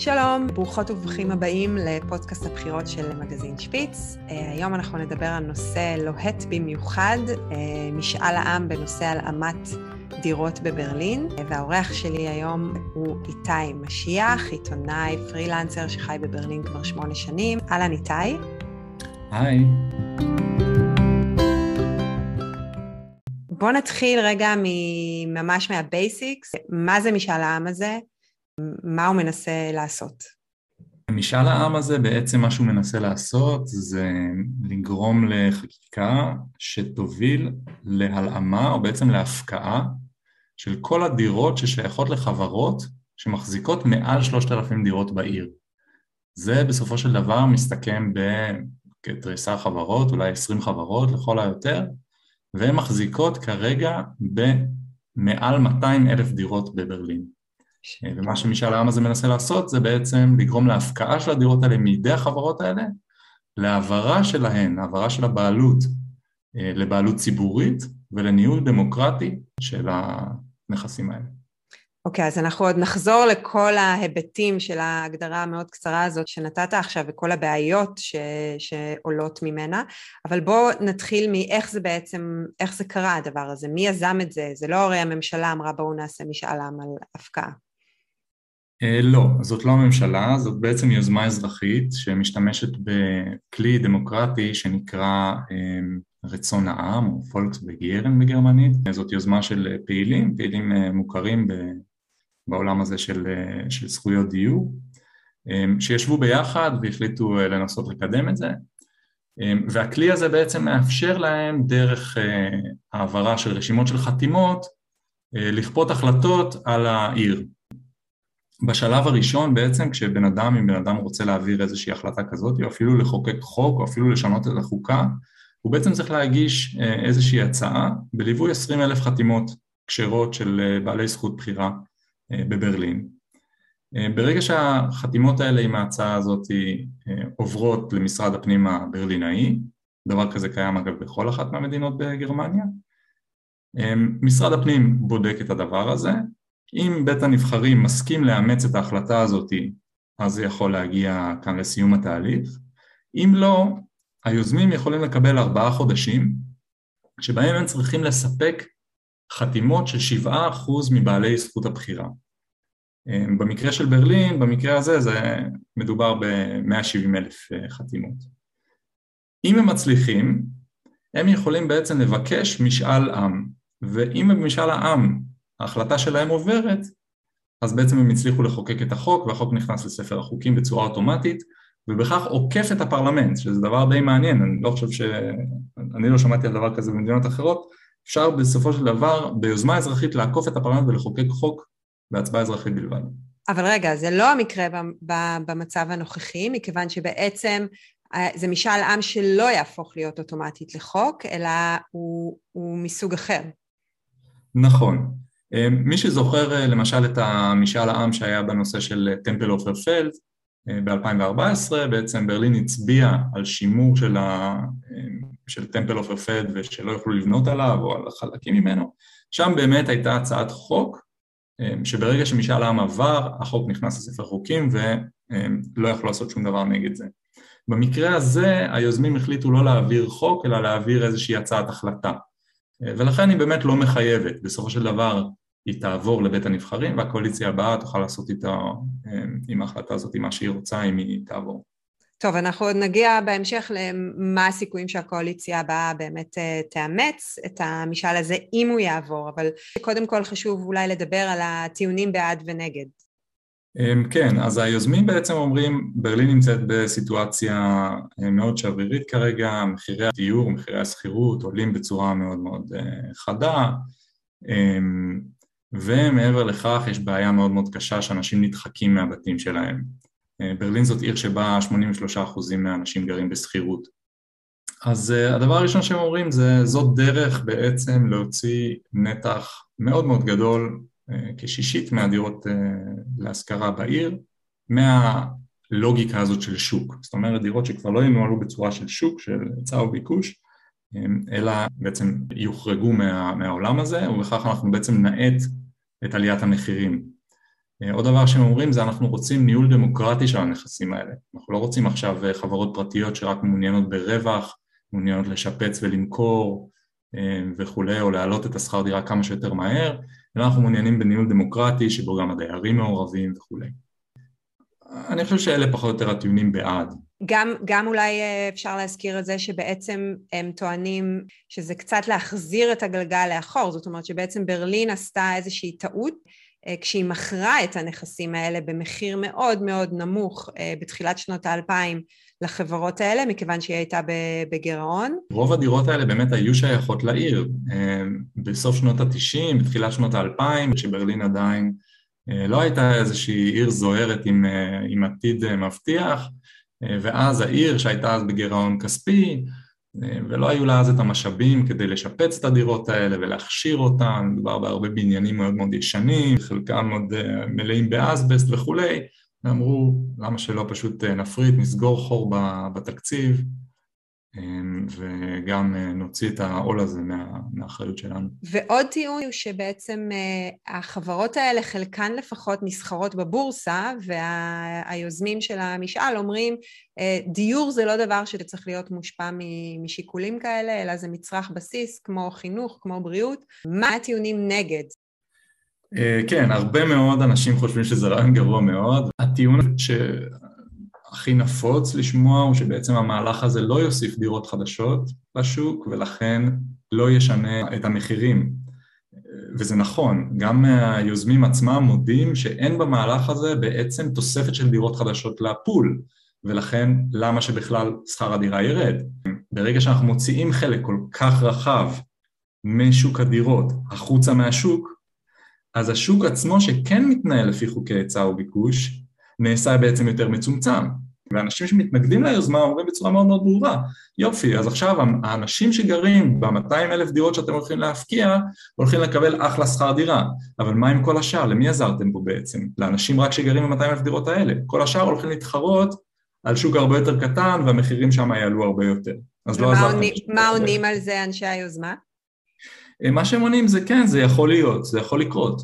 שלום, ברוכות וברוכים הבאים לפודקאסט הבחירות של מגזין שפיץ. היום אנחנו נדבר על נושא לוהט במיוחד, משאל העם בנושא הלאמת דירות בברלין, והאורח שלי היום הוא איתי משיח, עיתונאי פרילנסר שחי בברלין כבר 8 שנים. אהלן איתי. היי. בוא נתחיל רגע ממש מהבייסיקס. מה זה משאל העם הזה? מה הוא מנסה לעשות? משאל העם הזה בעצם מה שהוא מנסה לעשות זה לגרום לחקיקה שתוביל להלאמה או בעצם להפקעה של כל הדירות ששייכות לחברות שמחזיקות מעל 3,000 דירות בעיר. זה בסופו של דבר מסתכם בכתריסר חברות, אולי 20 חברות לכל היותר, והן מחזיקות כרגע במעל 200,000 דירות בברלין. ומה שמשאל העם הזה מנסה לעשות זה בעצם לגרום להפקעה של הדירות האלה מידי החברות האלה, להעברה שלהן, העברה של הבעלות לבעלות ציבורית ולניהול דמוקרטי של הנכסים האלה. אוקיי, אז אנחנו עוד נחזור לכל ההיבטים של ההגדרה המאוד קצרה הזאת שנתת עכשיו וכל הבעיות שעולות ממנה, אבל בואו נתחיל מאיך זה בעצם, איך זה קרה הדבר הזה, מי יזם את זה? זה לא הרי הממשלה אמרה בואו נעשה משאל עם על הפקעה. לא, זאת לא הממשלה, זאת בעצם יוזמה אזרחית שמשתמשת בכלי דמוקרטי שנקרא רצון העם או פולקסבגיירן בגרמנית. זאת יוזמה של פעילים מוכרים בעולם הזה של זכויות דיור, שישבו ביחד והחליטו לנסות לקדם את זה, והכלי הזה בעצם מאפשר להם דרך העברה של רשימות של חתימות לכפות החלטות על העיר. בשלב הראשון בעצם אם בן אדם רוצה להעביר איזושהי החלטה כזאת, או אפילו לחוקק חוק, או אפילו לשנות את החוקה, הוא בעצם צריך להגיש איזושהי הצעה בליווי 20,000 חתימות כשרות של בעלי זכות בחירה בברלין. ברגע שהחתימות האלה עם ההצעה הזאת עוברות למשרד הפנים הברלינאי, דבר כזה קיים אגב בכל אחת מהמדינות בגרמניה, משרד הפנים בודק את הדבר הזה, אם בית הנבחרים מסכים לאמץ את ההחלטה הזאת, אז זה יכול להגיע כאן לסיום התהליך. אם לא, היוזמים יכולים לקבל 4 חודשים, שבהם הם צריכים לספק חתימות של 7% מבעלי זכות הבחירה. במקרה של ברלין, במקרה הזה, זה מדובר ב-170,000 חתימות. אם הם מצליחים, הם יכולים בעצם לבקש משאל עם, ואם במשאל העם ההחלטה שלהם עוברת, אז בעצם הם הצליחו לחוקק את החוק, והחוק נכנס לספר החוקים בצורה אוטומטית, ובכך עוקף את הפרלמנט, שזה דבר די מעניין. אני לא שמעתי על דבר כזה במדינות אחרות. אפשר בסופו של דבר ביוזמה אזרחית לעקוף את הפרלמנט ולחוקק חוק בהצבעה אזרחית בלבד. אבל רגע, זה לא המקרה במצב הנוכחי, מכיוון שבעצם זה משאל עם שלא יהפוך להיות אוטומטית לחוק, אלא הוא מסוג אחר. נכון. מי שזוכר למשל את המשאל העם שהיה בנושא של טמפל אופרפלד ב-2014, בעצם ברלין הצביע על שימור של טמפל אופרפלד ושלא יוכלו לבנות עליו או על חלקים ממנו. שם באמת הייתה הצעת חוק שברגע שמשאל העם עבר, החוק נכנס לספר חוקים ולא יכלו לעשות שום דבר נגד זה. במקרה הזה היוזמים החליטו לא להעביר חוק אלא להעביר איזושהי הצעת החלטה. ולכן היא באמת לא מחייבת, בסופו של דבר היא תעבור לבית הנבחרים, והקואליציה הבאה תוכל לעשות איתה, עם ההחלטה הזאת, מה שהיא רוצה, אם היא תעבור. טוב, אנחנו עוד נגיע בהמשך למה הסיכויים שהקואליציה הבאה באמת תאמץ את המשאל הזה, אם הוא יעבור, אבל קודם כל חשוב אולי לדבר על הטיעונים בעד ונגד. כן, אז היוזמים בעצם אומרים, ברלין נמצאת בסיטואציה מאוד שברירית כרגע, מחירי הדיור, מחירי השכירות עולים בצורה מאוד מאוד חדה, ומעבר לכך יש בעיה מאוד מאוד קשה שאנשים נדחקים מהבתים שלהם. ברלין זאת עיר שבה 83% מהאנשים גרים בשכירות. אז הדבר הראשון שהם אומרים זאת דרך בעצם להוציא נתח מאוד מאוד גדול, כשישית מהדירות להשכרה בעיר, מהלוגיקה הזאת של שוק. זאת אומרת, דירות שכבר לא ינוהלו בצורה של שוק, של היצע וביקוש, אלא בעצם יוחרגו מהעולם הזה, ובכך אנחנו בעצם נעט את עליית המחירים. עוד דבר שהם אומרים זה אנחנו רוצים ניהול דמוקרטי של הנכסים האלה. אנחנו לא רוצים עכשיו חברות פרטיות שרק מעוניינות ברווח, מעוניינות לשפץ ולמכור וכולי, או להעלות את השכר דירה כמה שיותר מהר, אלא אנחנו מעוניינים בניהול דמוקרטי שבו גם הדיירים מעורבים וכולי. אני חושב שאלה פחות או יותר הטיעונים בעד. גם אולי אפשר להזכיר את זה שבעצם הם טוענים שזה קצת להחזיר את הגלגל לאחור, זאת אומרת שבעצם ברלין עשתה איזושהי טעות, כשהיא מכרה את הנכסים האלה במחיר מאוד מאוד נמוך בתחילת שנות ה-2000 לחברות האלה, מכיוון שהיא הייתה בגירעון. רוב הדירות האלה באמת היו שייכות לעיר. בסוף שנות ה-90, בתחילת שנות ה-2000, שברלין עדיין לא הייתה איזושהי עיר זוהרת עם עתיד מבטיח, ואז העיר שהייתה אז בגירעון כספי, ולא היו לה אז את המשאבים כדי לשפץ את הדירות האלה ולהכשיר אותן, מדובר בהרבה בניינים מאוד מאוד ישנים, חלקם עוד מלאים באסבסט וכולי, ואמרו למה שלא פשוט נפריט, נסגור חור בתקציב, וגם נוציא את העול הזה מהאחריות שלנו. ועוד טיעון הוא שבעצם החברות האלה חלקן לפחות נסחרות בבורסה, והיוזמים של המשאל אומרים, דיור זה לא דבר שצריך להיות מושפע משיקולים כאלה, אלא זה מצרך בסיס כמו חינוך, כמו בריאות. מה הטיעונים נגד? כן, הרבה מאוד אנשים חושבים שזה רעיון גרוע מאוד. הטיעון הכי נפוץ לשמוע הוא שבעצם המהלך הזה לא יוסיף דירות חדשות לשוק, ולכן לא ישנה את המחירים. וזה נכון, גם היוזמים עצמם מודים שאין במהלך הזה בעצם תוספת של דירות חדשות לפול, ולכן למה שבכלל שכר הדירה ירד? ברגע שאנחנו מוציאים חלק כל כך רחב משוק הדירות החוצה מהשוק, אז השוק עצמו שכן מתנהל לפי חוקי היצע וביקוש, נעשה בעצם יותר מצומצם. ואנשים שמתנגדים ליוזמה אומרים בצורה מאוד מאוד ברורה, יופי, אז עכשיו האנשים שגרים ב-200,000 דירות שאתם הולכים להפקיע, הולכים לקבל אחלה שכר דירה, אבל מה עם כל השאר? למי עזרתם פה בעצם? לאנשים רק שגרים ב-200,000 דירות האלה. כל השאר הולכים להתחרות על שוק הרבה יותר קטן, והמחירים שם יעלו הרבה יותר. אז לא עזרתם. מה עונים על זה אנשי היוזמה? מה שהם עונים זה כן, זה יכול להיות, זה יכול לקרות.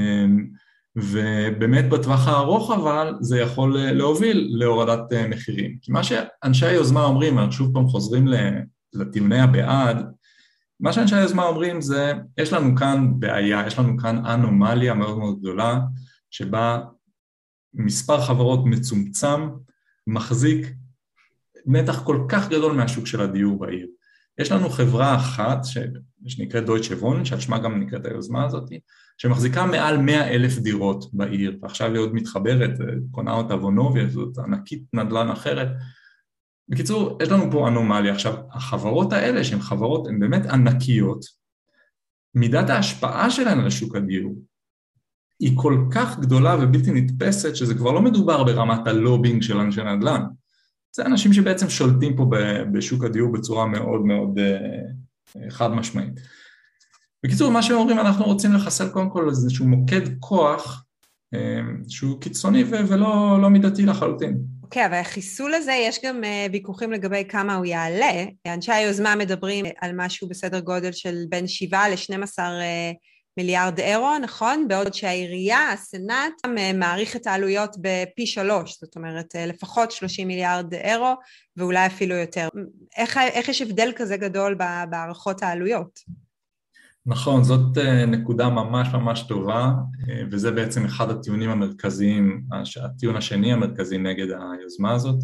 ובאמת בטווח הארוך אבל זה יכול להוביל להורדת מחירים. כי מה שאנשי היוזמה אומרים, אנחנו שוב פעם חוזרים לטיעוני הבעד, מה שאנשי היוזמה אומרים זה, יש לנו כאן בעיה, יש לנו כאן אנומליה מאוד מאוד גדולה, שבה מספר חברות מצומצם, מחזיק נתח כל כך גדול מהשוק של הדיור בעיר. יש לנו חברה אחת שנקראת דויטשה וונן, שעל שמה גם נקראת היוזמה הזאת, שמחזיקה מעל 100,000 דירות בעיר, ועכשיו היא עוד מתחברת, קונה אותה וונוביה, זאת ענקית נדל"ן אחרת. בקיצור, יש לנו פה אנומליה. עכשיו, החברות האלה, שהן חברות, הן באמת ענקיות, מידת ההשפעה שלהן על השוק הדיור, היא כל כך גדולה ובלתי נתפסת, שזה כבר לא מדובר ברמת הלובינג של אנשי נדל"ן. זה אנשים שבעצם שולטים פה בשוק הדיור בצורה מאוד מאוד חד משמעית. בקיצור, מה שהם אומרים, אנחנו רוצים לחסל קודם כל איזשהו מוקד כוח, שהוא קיצוני ולא מידתי לחלוטין. אוקיי, אבל החיסול הזה יש גם ויכוחים לגבי כמה הוא יעלה. אנשי היוזמה מדברים על משהו בסדר גודל של בין 7 ל-12 מיליארד אירו, נכון? בעוד שהעירייה, הסנאט, מעריך את העלויות בפי 3, זאת אומרת לפחות 30 מיליארד אירו, ואולי אפילו יותר. איך יש הבדל כזה גדול בערכות העלויות? נכון, זאת נקודה ממש ממש טובה, וזה בעצם אחד הטיעונים המרכזיים, הטיעון השני המרכזי נגד היוזמה הזאת,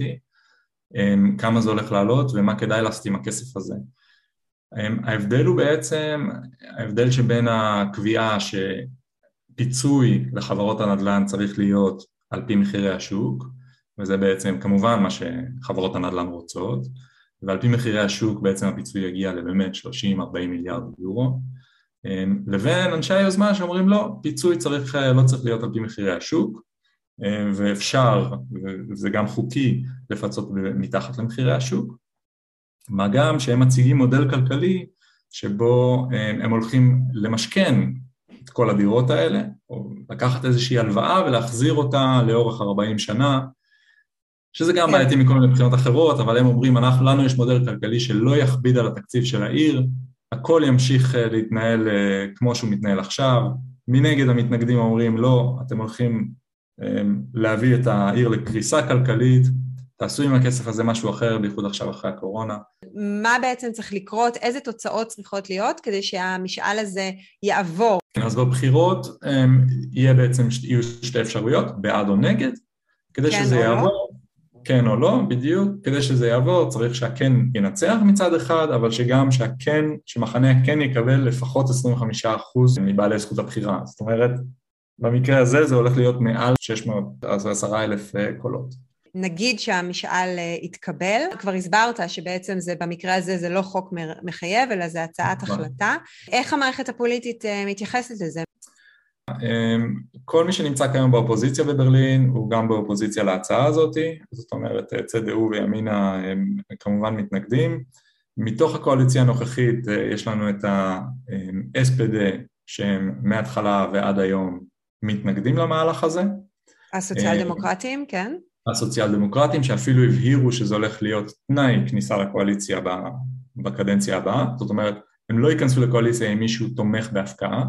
כמה זה הולך לעלות ומה כדאי לעשות עם הכסף הזה. ההבדל הוא בעצם, ההבדל שבין הקביעה שפיצוי לחברות הנדל"ן צריך להיות על פי מחירי השוק, וזה בעצם כמובן מה שחברות הנדל"ן רוצות, ועל פי מחירי השוק בעצם הפיצוי יגיע לבאמת 30-40 מיליארד יורו, לבין אנשי היוזמה שאומרים לא, פיצוי לא צריך להיות על פי מחירי השוק, ואפשר, וזה גם חוקי, לפצות מתחת למחירי השוק, מה גם שהם מציגים מודל כלכלי שבו הם הולכים למשכן את כל הדירות האלה, או לקחת איזושהי הלוואה ולהחזיר אותה לאורך 40 שנה, שזה גם בעייתי מכל מיני בחינות אחרות, אבל הם אומרים, לנו יש מודל כלכלי שלא יכביד על התקציב של העיר, הכל ימשיך להתנהל כמו שהוא מתנהל עכשיו, מנגד המתנגדים אומרים, לא, אתם הולכים להביא את העיר לקריסה כלכלית, תעשו עם הכסף הזה משהו אחר, בייחוד עכשיו אחרי הקורונה. מה בעצם צריך לקרות, איזה תוצאות צריכות להיות כדי שהמשאל הזה יעבור? אז בבחירות יהיו שתי אפשרויות, בעד או נגד, כדי שזה יעבור, כן או לא, בדיוק, כדי שזה יעבור צריך שהכן ינצח מצד אחד, אבל שגם שמחנה הכן יקבל לפחות 25% מבעלי זכות הבחירה. זאת אומרת, במקרה הזה זה הולך להיות מעל 610,000 קולות. נגיד שהמשאל יתקבל, כבר הסברת שבעצם זה במקרה הזה זה לא חוק מחייב, אלא זה הצעת החלטה. איך המערכת הפוליטית מתייחסת לזה? כל מי שנמצא כיום באופוזיציה בברלין הוא גם באופוזיציה להצעה הזאת, זאת אומרת CDU וימינה הם כמובן מתנגדים. מתוך הקואליציה הנוכחית יש לנו את ה-SPD שהם מההתחלה ועד היום מתנגדים למהלך הזה. הסוציאל דמוקרטים, כן? הסוציאל דמוקרטים שאפילו הבהירו שזה הולך להיות תנאי כניסה לקואליציה בקדנציה הבאה, זאת אומרת הם לא ייכנסו לקואליציה אם מישהו תומך בהפקעה.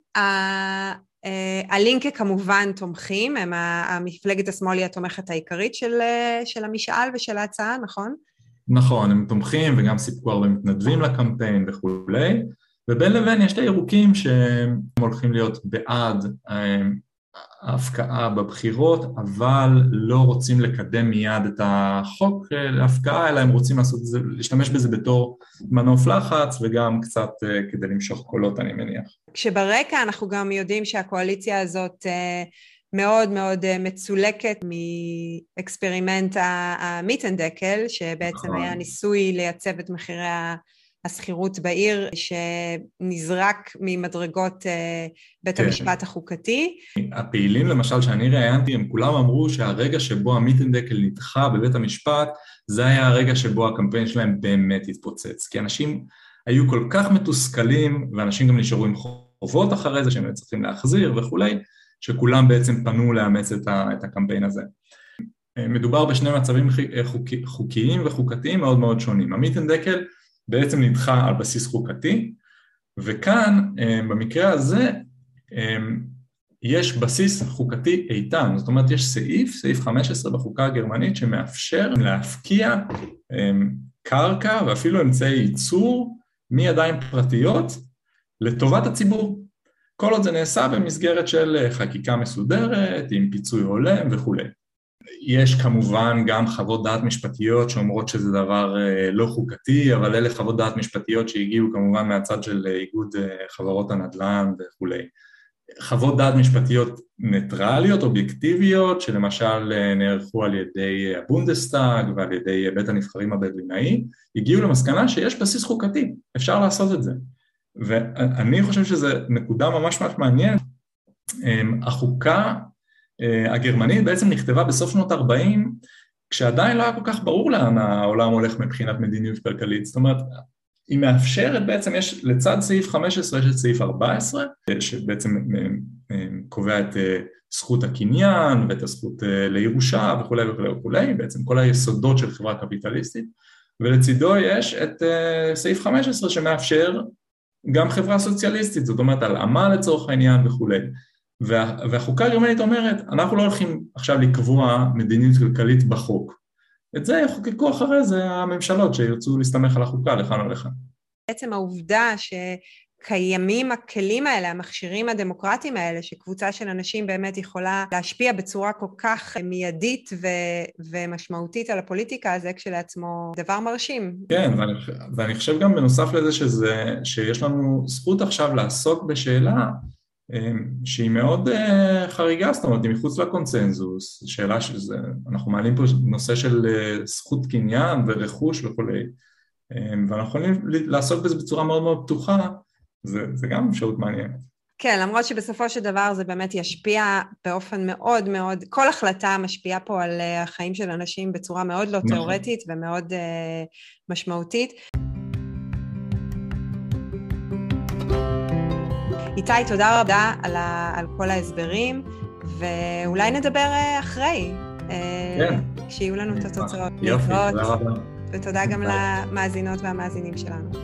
הלינקה כמובן תומכים, הם המפלגת השמאל היא התומכת העיקרית של המשאל ושל ההצעה, נכון? נכון, הם תומכים וגם סיפקו הרבה מתנדבים לקמפיין וכולי, ובין לבין יש את הירוקים שהם הולכים להיות בעד ההפקעה בבחירות, אבל לא רוצים לקדם מיד את החוק להפקעה, אלא הם רוצים להשתמש בזה בתור מנוף לחץ, וגם קצת כדי למשוך קולות, אני מניח. כשברקע אנחנו גם יודעים שהקואליציה הזאת מאוד מאוד מצולקת מאקספרימנט המיטנדקל, שבעצם היה ניסוי לייצב את מחירי הסחירות בעיר שנזרק ממדרגות בית המשפט החוקתי. הפעילים למשל שאני ראיינתי, הם כולם אמרו שהרגע שבו המיטנדקל נדחה בבית המשפט, זה היה הרגע שבו הקמפיין שלהם באמת התפוצץ, כי אנשים היו כל כך מתוסכלים, ואנשים גם נשארו עם חובות אחרי זה שהם צריכים להחזיר וכולי, שכולם בעצם פנו לאמץ את הקמפיין הזה. מדובר בשני מצבים חוקיים וחוקתיים מאוד מאוד שונים. המיטנדקל בעצם נדחה על בסיס חוקתי, וכאן במקרה הזה יש בסיס חוקתי איתן, זאת אומרת יש סעיף 15 בחוקה הגרמנית שמאפשר להפקיע קרקע ואפילו אמצעי ייצור מידיים פרטיות לטובת הציבור. כל עוד זה נעשה במסגרת של חקיקה מסודרת, עם פיצוי הולם וכו'. יש כמובן גם חוות דעת משפטיות שאומרות שזה דבר לא חוקתי, אבל אלה חוות דעת משפטיות שהגיעו כמובן מהצד של איגוד חברות הנדל"ן וכו'. חוות דעת משפטיות ניטרליות, אובייקטיביות, שלמשל נערכו על ידי הבונדסטאג ועל ידי בית הנבחרים הברלינאי, הגיעו למסקנה שיש בסיס חוקתי, אפשר לעשות את זה. ואני חושב שזו נקודה ממש מעניינת. החוקה הגרמנית בעצם נכתבה בסוף שנות 40, כשעדיין לא היה כל כך ברור לאן העולם הולך מבחינת מדיניות כלכלית. זאת אומרת, היא מאפשרת בעצם, יש לצד סעיף 15 יש את סעיף 14, שבעצם קובע את זכות הקניין ואת הזכות לירושה וכו' וכו' וכו', בעצם כל היסודות של חברה קפיטליסטית, ולצידו יש את סעיף 15 שמאפשר גם חברה סוציאליסטית, זאת אומרת הלאמה לצורך העניין וכו'. והחוקה הגרמנית אומרת, אנחנו לא הולכים עכשיו לקבוע מדיניות כלכלית בחוק. את זה יחוקקו אחרי זה הממשלות שירצו להסתמך על החוקה לכאן או לכאן. בעצם העובדה שקיימים הכלים האלה, המכשירים הדמוקרטיים האלה, שקבוצה של אנשים באמת יכולה להשפיע בצורה כל כך מיידית ומשמעותית על הפוליטיקה, זה כשלעצמו דבר מרשים. כן, ואני חושב גם בנוסף לזה שיש לנו זכות עכשיו לעסוק בשאלה, שהיא מאוד חריגה, זאת אומרת, היא מחוץ לקונצנזוס, שאלה שזה, אנחנו מעלים פה נושא של זכות קניין ורכוש וכו', ואנחנו יכולים לעסוק בזה בצורה מאוד מאוד פתוחה, זה גם אפשרות מעניינת. כן, למרות שבסופו של דבר זה באמת ישפיע באופן מאוד מאוד, כל החלטה משפיעה פה על החיים של אנשים בצורה מאוד לא תיאורטית ומאוד משמעותית. איתי, תודה רבה על כל ההסברים, ואולי נדבר אחרי, כשיהיו לנו את התוצאות. יופי, תודה רבה. ותודה גם למאזינות והמאזינים שלנו.